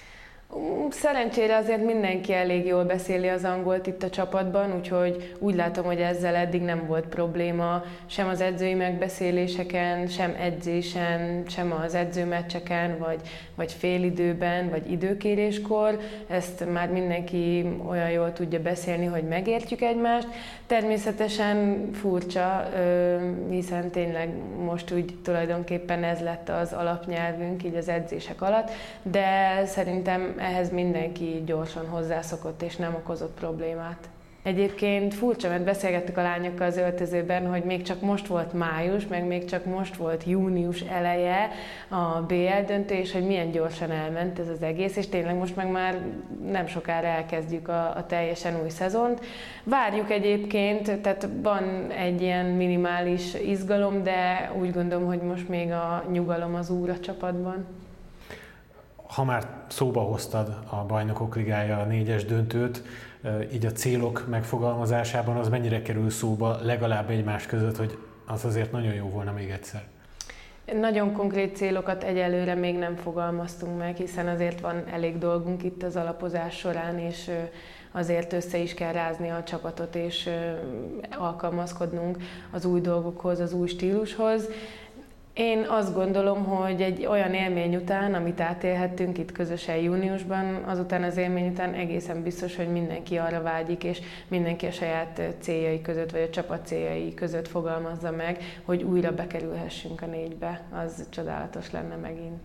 Szerencsére azért mindenki elég jól beszéli az angolt itt a csapatban, úgyhogy úgy látom, hogy ezzel eddig nem volt probléma, sem az edzői megbeszéléseken, sem edzésen, sem az edzőmeccseken, vagy félidőben, vagy időkéréskor. Ezt már mindenki olyan jól tudja beszélni, hogy megértjük egymást. Természetesen furcsa, hiszen tényleg most úgy tulajdonképpen ez lett az alapnyelvünk így az edzések alatt, de szerintem ehhez mindenki gyorsan hozzászokott és nem okozott problémát. Egyébként furcsa, mert beszélgettük a lányokkal az öltözőben, hogy még csak most volt május, meg még csak most volt június eleje a BL döntő, és hogy milyen gyorsan elment ez az egész, és tényleg most meg már nem sokára elkezdjük a teljesen új szezont. Várjuk egyébként, tehát van egy ilyen minimális izgalom, de úgy gondolom, hogy most még a nyugalom az úr a csapatban. Ha már szóba hoztad a Bajnokok Ligája 4-es döntőt, így a célok megfogalmazásában az mennyire kerül szóba legalább egymás között, hogy az azért nagyon jó volna még egyszer? Nagyon konkrét célokat egyelőre még nem fogalmaztunk meg, hiszen azért van elég dolgunk itt az alapozás során, és azért össze is kell rázni a csapatot, és alkalmazkodnunk az új dolgokhoz, az új stílushoz. Én azt gondolom, hogy egy olyan élmény után, amit átélhettünk itt közösen júniusban, azután az élmény után egészen biztos, hogy mindenki arra vágyik, és mindenki a saját céljai között, vagy a csapat céljai között fogalmazza meg, hogy újra bekerülhessünk a 4-be. Az csodálatos lenne megint.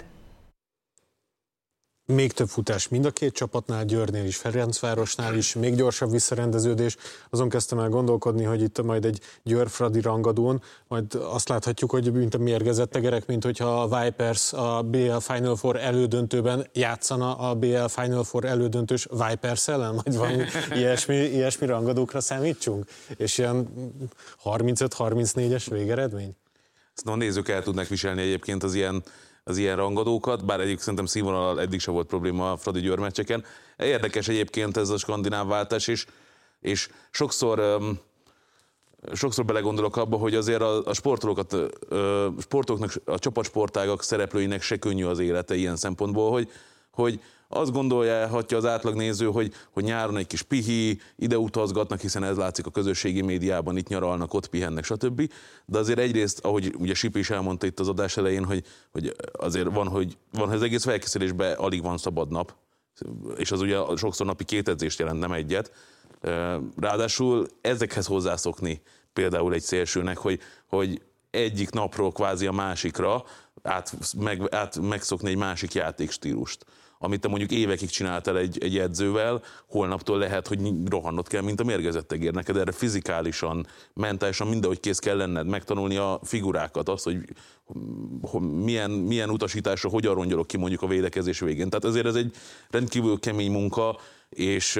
Még több futás mind a két csapatnál, Győrnél is, Ferencvárosnál is, még gyorsabb visszarendeződés. Azon kezdtem el gondolkodni, hogy itt majd egy Győr-Fradi rangadón, majd azt láthatjuk, hogy mint a mérgezett tegerek, mint hogyha a Vipers a BL Final Four elődöntőben játszana a BL Final Four elődöntős Vipers ellen, vagy valami ilyesmi rangadókra számítsunk? És ilyen 35-34-es végeredmény? Ezt a nézők el tudnak viselni egyébként az ilyen az ilyen rangadókat, bár egyik szerintem színvonal eddig sem volt probléma a Fradi Győr meccseken. Érdekes egyébként ez a skandináv váltás is, és sokszor belegondolok abba, hogy azért a sportolóknak, a csapatsportágak szereplőinek se könnyű az élete ilyen szempontból, hogy azt gondolhatja az átlagnéző, hogy nyáron egy kis pihi, ide utazgatnak, hiszen ez látszik a közösségi médiában, itt nyaralnak, ott pihennek, stb. De azért egyrészt, ahogy ugye Sipi is elmondta itt az adás elején, hogy azért van, hogy az egész felkészülésben alig van szabad nap, és az ugye sokszor napi 2 edzést jelent, nem egyet. Ráadásul ezekhez hozzászokni például egy szélsőnek, hogy egyik napról kvázi a másikra megszokni egy másik játékstílust, amit te mondjuk évekig csináltál egy edzővel, holnaptól lehet, hogy rohannod kell, mint a mérgezett egér. Neked erre fizikálisan, mentálisan mindenhogy kész kell lenned, megtanulni a figurákat, azt, hogy milyen utasításra hogyan rongyolok ki mondjuk a védekezés végén. Tehát ezért ez egy rendkívül kemény munka, és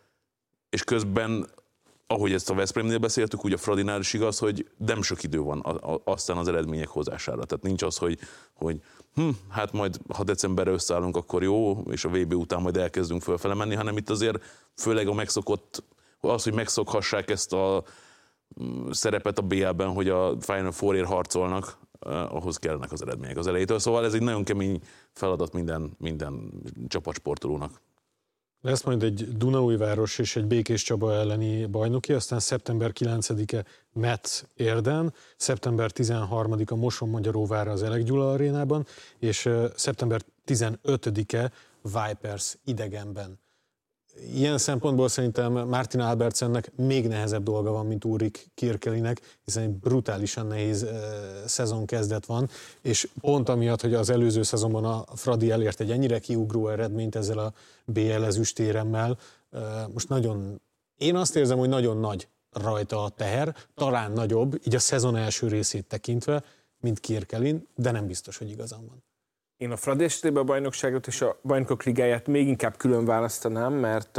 közben, ahogy ezt a Veszprémnél beszéltük, úgy a Fradinál is igaz, hogy nem sok idő van aztán az eredmények hozására. Tehát nincs az, hogy hát majd, ha decemberre összeállunk, akkor jó, és a VB után majd elkezdünk fölfele menni, hanem itt azért főleg hogy megszokhassák ezt a szerepet a BL-ben, hogy a Final Four-ért harcolnak, ahhoz kellenek az eredmények az elejétől. Szóval ez egy nagyon kemény feladat minden csapatsportolónak. Lesz majd egy Dunaújváros és egy Békéscsaba elleni bajnoki, aztán szeptember 9-e Metz Érden, szeptember 13-a Mosonmagyaróvár az Elek Gyula arénában, és szeptember 15-e Vipers idegenben. Ilyen szempontból szerintem Martin Albertsennek még nehezebb dolga van, mint Ulrik Kirkelinek, hiszen egy brutálisan nehéz szezon kezdet van, és pont amiatt, hogy az előző szezonban a Fradi elért egy ennyire kiugró eredményt ezzel a BL ezüstéremmel, most én azt érzem, hogy nagyon nagy rajta a teher, talán nagyobb, így a szezon első részét tekintve, mint Kirkelin, de nem biztos, hogy igazam van. Én a Fradi esetében a bajnokságot és a bajnokok ligáját még inkább külön választanám, mert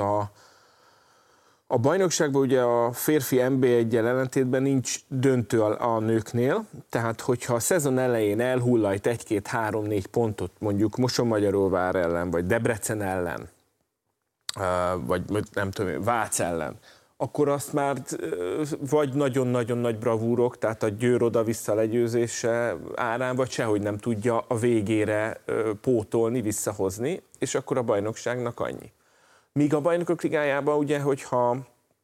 a bajnokságban ugye a férfi NB1-jel ellentétben nincs döntő a nőknél, tehát hogyha a szezon elején elhullajt 1-2-3-4 pontot mondjuk Mosonmagyaróvár ellen, vagy Debrecen ellen, vagy nem tudom, Vác ellen, akkor azt már vagy nagyon-nagyon nagy bravúrok, tehát a Győr oda-vissza legyőzése árán, vagy sehogy nem tudja a végére pótolni, visszahozni, és akkor a bajnokságnak annyi. Míg a bajnokok ligájában ugye, hogyha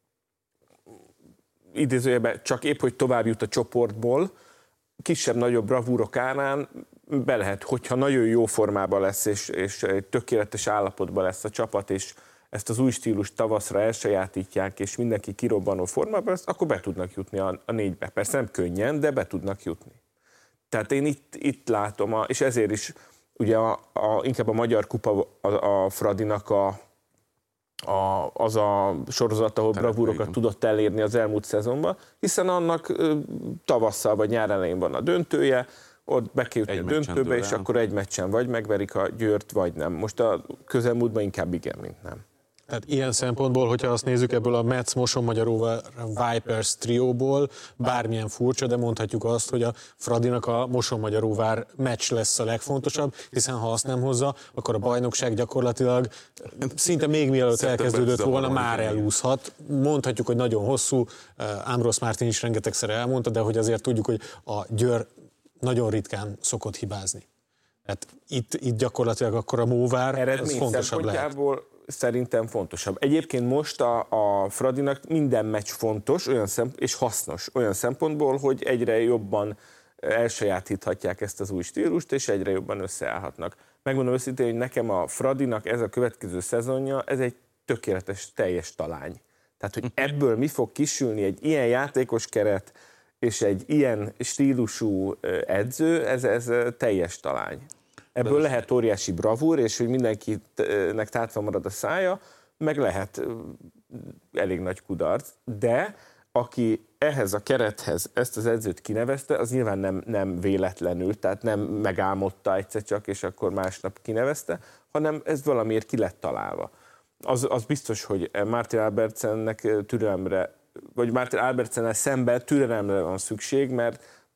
idézőjelben csak épp, hogy tovább jut a csoportból, kisebb-nagyobb bravúrok árán be lehet, hogyha nagyon jó formában lesz, és egy tökéletes állapotban lesz a csapat, és ezt az új stílust tavaszra elsajátítják, és mindenki kirobbanó formában lesz, akkor be tudnak jutni a 4-be. Persze nem könnyen, de be tudnak jutni. Tehát én itt látom, és ezért is ugye inkább a Magyar Kupa a Fradinak az a sorozat, ahol bravúrokat tudott elérni az elmúlt szezonban, hiszen annak tavasszal vagy nyár elején van a döntője, ott be kell jutni a döntőbe, és akkor egy meccsen vagy megverik a Győrt, vagy nem. Most a közelmúltban inkább igen, mint nem. Tehát ilyen szempontból, hogyha azt nézzük ebből a Metz Mosonmagyaróvár Vipers trióból, bármilyen furcsa, de mondhatjuk azt, hogy a Fradinak a Mosonmagyaróvár meccs lesz a legfontosabb, hiszen ha azt nem hozza, akkor a bajnokság gyakorlatilag szinte még mielőtt elkezdődött volna, már elúszhat. Mondhatjuk, hogy nagyon hosszú, Ambros Martin is rengetegszer elmondta, de hogy azért tudjuk, hogy a Győr nagyon ritkán szokott hibázni. Tehát itt gyakorlatilag akkor a Móvár az fontosabb lehet. Szerintem fontosabb. Egyébként most a Fradinak minden meccs fontos és hasznos olyan szempontból, hogy egyre jobban elsajátíthatják ezt az új stílust, és egyre jobban összeállhatnak. Megmondom őszintén, hogy nekem a Fradinak ez a következő szezonja, ez egy tökéletes, teljes talány. Tehát, hogy ebből mi fog kisülni egy ilyen játékos keret, és egy ilyen stílusú edző, ez teljes talány. Ebből lehet óriási bravúr, és hogy mindenkinek tátva marad a szája, meg lehet elég nagy kudarc, de aki ehhez a kerethez ezt az edzőt kinevezte, az nyilván nem véletlenül, tehát nem megálmodta egyszer csak, és akkor másnap kinevezte, hanem ez valamiért ki lett találva. Az biztos, hogy Martin Albertsennek türelemre, vagy Martin Albertsennel szemben türelemre van szükség, mert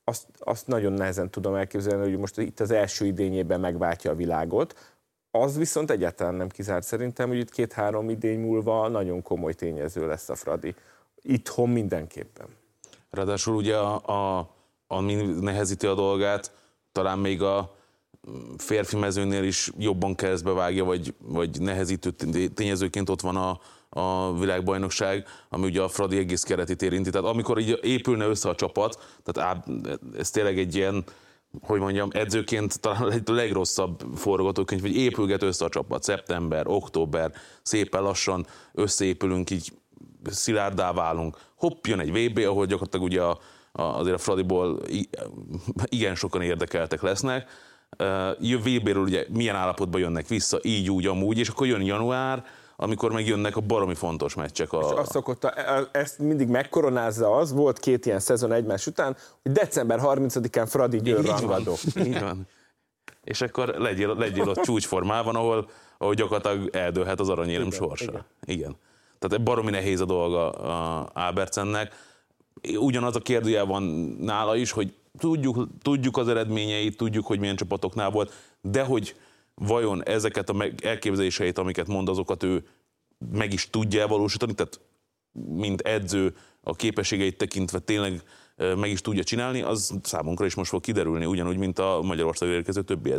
azt nagyon nehezen tudom elképzelni, hogy most itt az első idényében megváltja a világot. Az viszont egyáltalán nem kizárt szerintem, hogy itt 2-3 idény múlva nagyon komoly tényező lesz a Fradi. Itthon mindenképpen. Ráadásul ugye ami nehezíti a dolgát, talán még a férfi mezőnél is jobban keresztbe vágja, vagy nehezítő tényezőként ott van a világbajnokság, ami ugye a Fradi egész keretét érinti. Tehát amikor így épülne össze a csapat, tehát ez tényleg egy ilyen, hogy mondjam, edzőként talán a legrosszabb forgatókönyv, hogy épülget össze a csapat. Szeptember, október, szépen lassan összeépülünk, így szilárdá válunk. Hopp, jön egy VB, ahol gyakorlatilag ugye azért a Fradiból igen sokan érdekeltek lesznek. VB-ről ugye milyen állapotban jönnek vissza, így, úgy, amúgy, és akkor jön január, amikor megjönnek a baromi fontos meccsek. És azt szokott, ezt mindig megkoronázza az, volt 2 ilyen szezon egymás után, hogy december 30-án Fradi Győr rangadó. Így van. És akkor legyél ott csúcsformában, ahol gyakorlatilag eldőlhet az aranyérem sorsa. Igen. Tehát baromi nehéz a dolga Albertsennek. Ugyanaz a kérdőjel van nála is, hogy tudjuk az eredményeit, tudjuk, hogy milyen csapatoknál volt, de hogy vajon ezeket a elképzeléseit, amiket mond, azokat ő meg is tudja elvalósítani, tehát mint edző a képességeit tekintve tényleg meg is tudja csinálni, az számunkra is most fog kiderülni, ugyanúgy, mint a Magyarországon érkező többi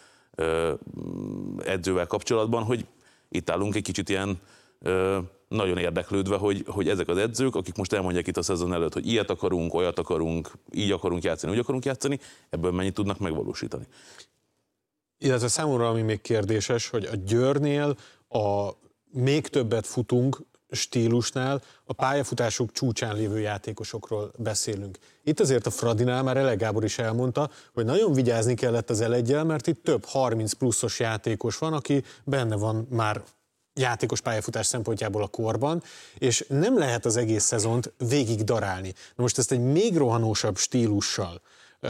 edzővel kapcsolatban, hogy itt állunk egy kicsit ilyen nagyon érdeklődve, hogy ezek az edzők, akik most elmondják itt a szezon előtt, hogy ilyet akarunk, olyat akarunk, így akarunk játszani, úgy akarunk játszani, ebből mennyit tudnak megvalósítani. Illetve számomra, ami még kérdéses, hogy a Győrnél a még többet futunk stílusnál a pályafutások csúcsán lévő játékosokról beszélünk. Itt azért a Fradinál már Ele Gábor is elmondta, hogy nagyon vigyázni kellett az elegyel, mert itt több 30 pluszos játékos van, aki benne van már játékos pályafutás szempontjából a korban, és nem lehet az egész szezont végig darálni. Na most ezt egy még rohanósabb stílussal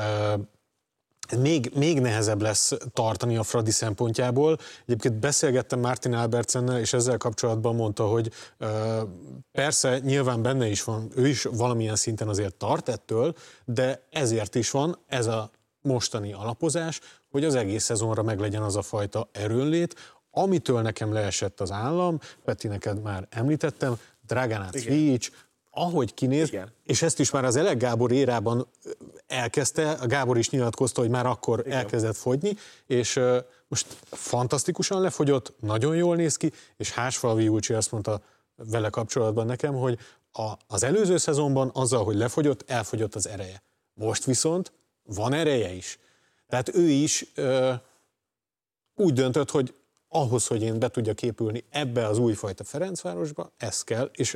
még nehezebb lesz tartani a Fradi szempontjából. Egyébként beszélgettem Martin Albertsennel, és ezzel kapcsolatban mondta, hogy persze nyilván benne is van, ő is valamilyen szinten azért tart ettől, de ezért is van ez a mostani alapozás, hogy az egész szezonra meglegyen az a fajta erőnlét, amitől nekem leesett az állam, Peti, neked már említettem, Dragana Cvijic, ahogy kinéz, igen. És ezt is már az Ele Gábor érában elkezdte, a Gábor is nyilatkozta, hogy már akkor igen. Elkezdett fogyni, és most fantasztikusan lefogyott, nagyon jól néz ki, és Hársfalvi Júlcsi azt mondta vele kapcsolatban nekem, hogy az előző szezonban azzal, hogy lefogyott, elfogyott az ereje. Most viszont van ereje is. Tehát ő is úgy döntött, hogy ahhoz, hogy én be tudjak épülni ebbe az újfajta Ferencvárosba, ez kell, és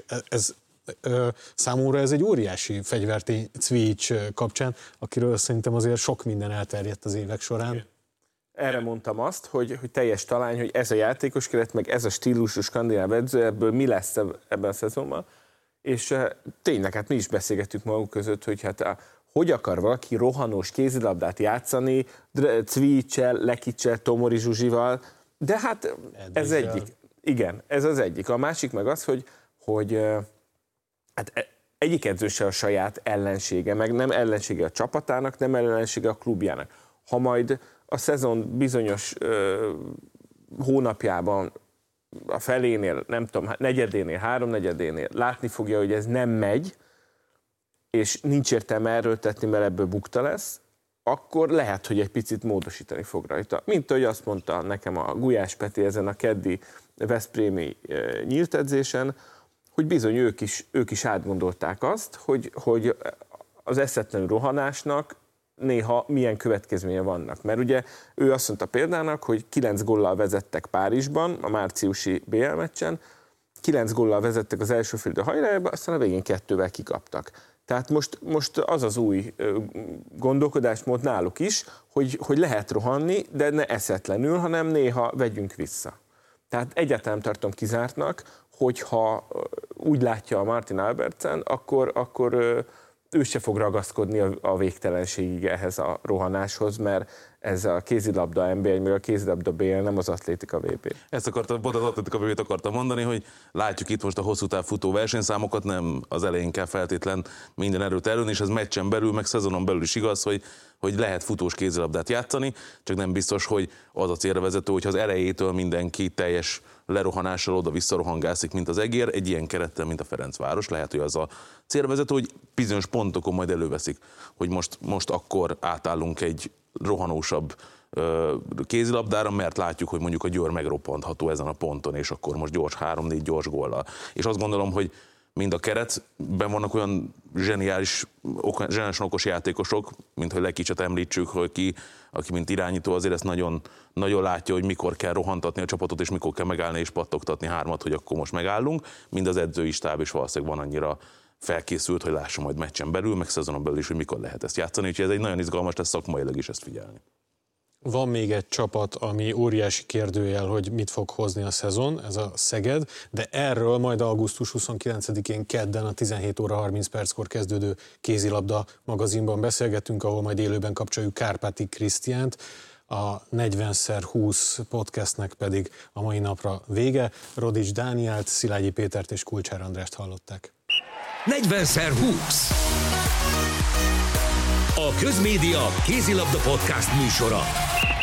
számomra ez egy óriási fegyvertény Cvijic kapcsán, akiről szerintem azért sok minden elterjedt az évek során. Erre mondtam azt, hogy teljes talány, hogy ez a játékos keret, meg ez a stílusú skandináv edző, ebből mi lesz ebben a szezonban. És tényleg, hát mi is beszélgettük magunk között, hogy hát hogy akar valaki rohanós kézilabdát játszani, Cvijiccel, Lekicsel, Tomori Zsuzsival, de hát ez egyik. Igen, ez az egyik. A másik meg az, hogy hát egyik edző se a saját ellensége, meg nem ellensége a csapatának, nem ellensége a klubjának. Ha majd a szezon bizonyos hónapjában, a felénél, nem tudom, negyedénél, háromnegyedénél látni fogja, hogy ez nem megy, és nincs értelme erőltetni, mert ebből bukta lesz, akkor lehet, hogy egy picit módosítani fog rajta. Mint ahogy azt mondta nekem a Gulyás Peti ezen a keddi veszprémi nyílt edzésen, hogy bizony ők is átgondolták azt, hogy az eszetlenül rohanásnak néha milyen következménye vannak. Mert ugye ő azt mondta példának, hogy 9 góllal vezettek Párizsban, a márciusi BL meccsen, 9 góllal vezettek az első félidő hajrájába, aztán a végén 2-vel kikaptak. Tehát most az az új gondolkodásmód náluk is, hogy lehet rohanni, de ne eszetlenül, hanem néha vegyünk vissza. Tehát egyáltalán nem tartom kizártnak, hogyha úgy látja a Martin Albertsen, akkor ő se fog ragaszkodni a végtelenségig ehhez a rohanáshoz, mert ez a kézilabda NB1, meg a kézilabda BL, nem az atlétika VB. Ezt akartam, pont az atlétika VB-t akartam mondani, hogy látjuk itt most a hosszú táv futó versenyszámokat, nem az elején kell feltétlen minden erőt előni, és ez meccsen belül, meg szezonon belül is igaz, hogy lehet futós kézilabdát játszani, csak nem biztos, hogy az a célra vezető, hogyha az elejétől mindenki teljes lerohanással oda-vissza rohangászik, mint az egér, egy ilyen kerettel, mint a Ferencváros. Lehet, hogy az a célra vezető, hogy bizonyos pontokon majd előveszik, hogy most akkor átállunk egy rohanósabb kézilabdára, mert látjuk, hogy mondjuk a Győr megroppantható ezen a ponton, és akkor most gyors 3-4 gyors góllal. És azt gondolom, hogy mind a keretben vannak olyan zseniálisan okos játékosok, mint hogy Lekicset említsük, hogy aki mint irányító azért ezt nagyon, nagyon látja, hogy mikor kell rohantatni a csapatot, és mikor kell megállni és pattogtatni hármat, hogy akkor most megállunk. Mind az edzői stáb is valószínűleg van annyira felkészült, hogy lássa majd meccsen belül, meg szezonon belül is, hogy mikor lehet ezt játszani, úgyhogy ez egy nagyon izgalmas lesz szakmailag is ezt figyelni. Van még egy csapat, ami óriási kérdőjel, hogy mit fog hozni a szezon, ez a Szeged, de erről majd augusztus 29-én kedden a 17 óra 30 perckor kezdődő kézilabda magazinban beszélgetünk, ahol majd élőben kapcsoljuk Kárpáti Krisztiánt. A 40x20 podcastnek pedig a mai napra vége. Rodics Dánielt, Szilágyi Pétert és Kulcsár Andrást hallották. 40x20 a Közmédia kézilabda podcast műsora.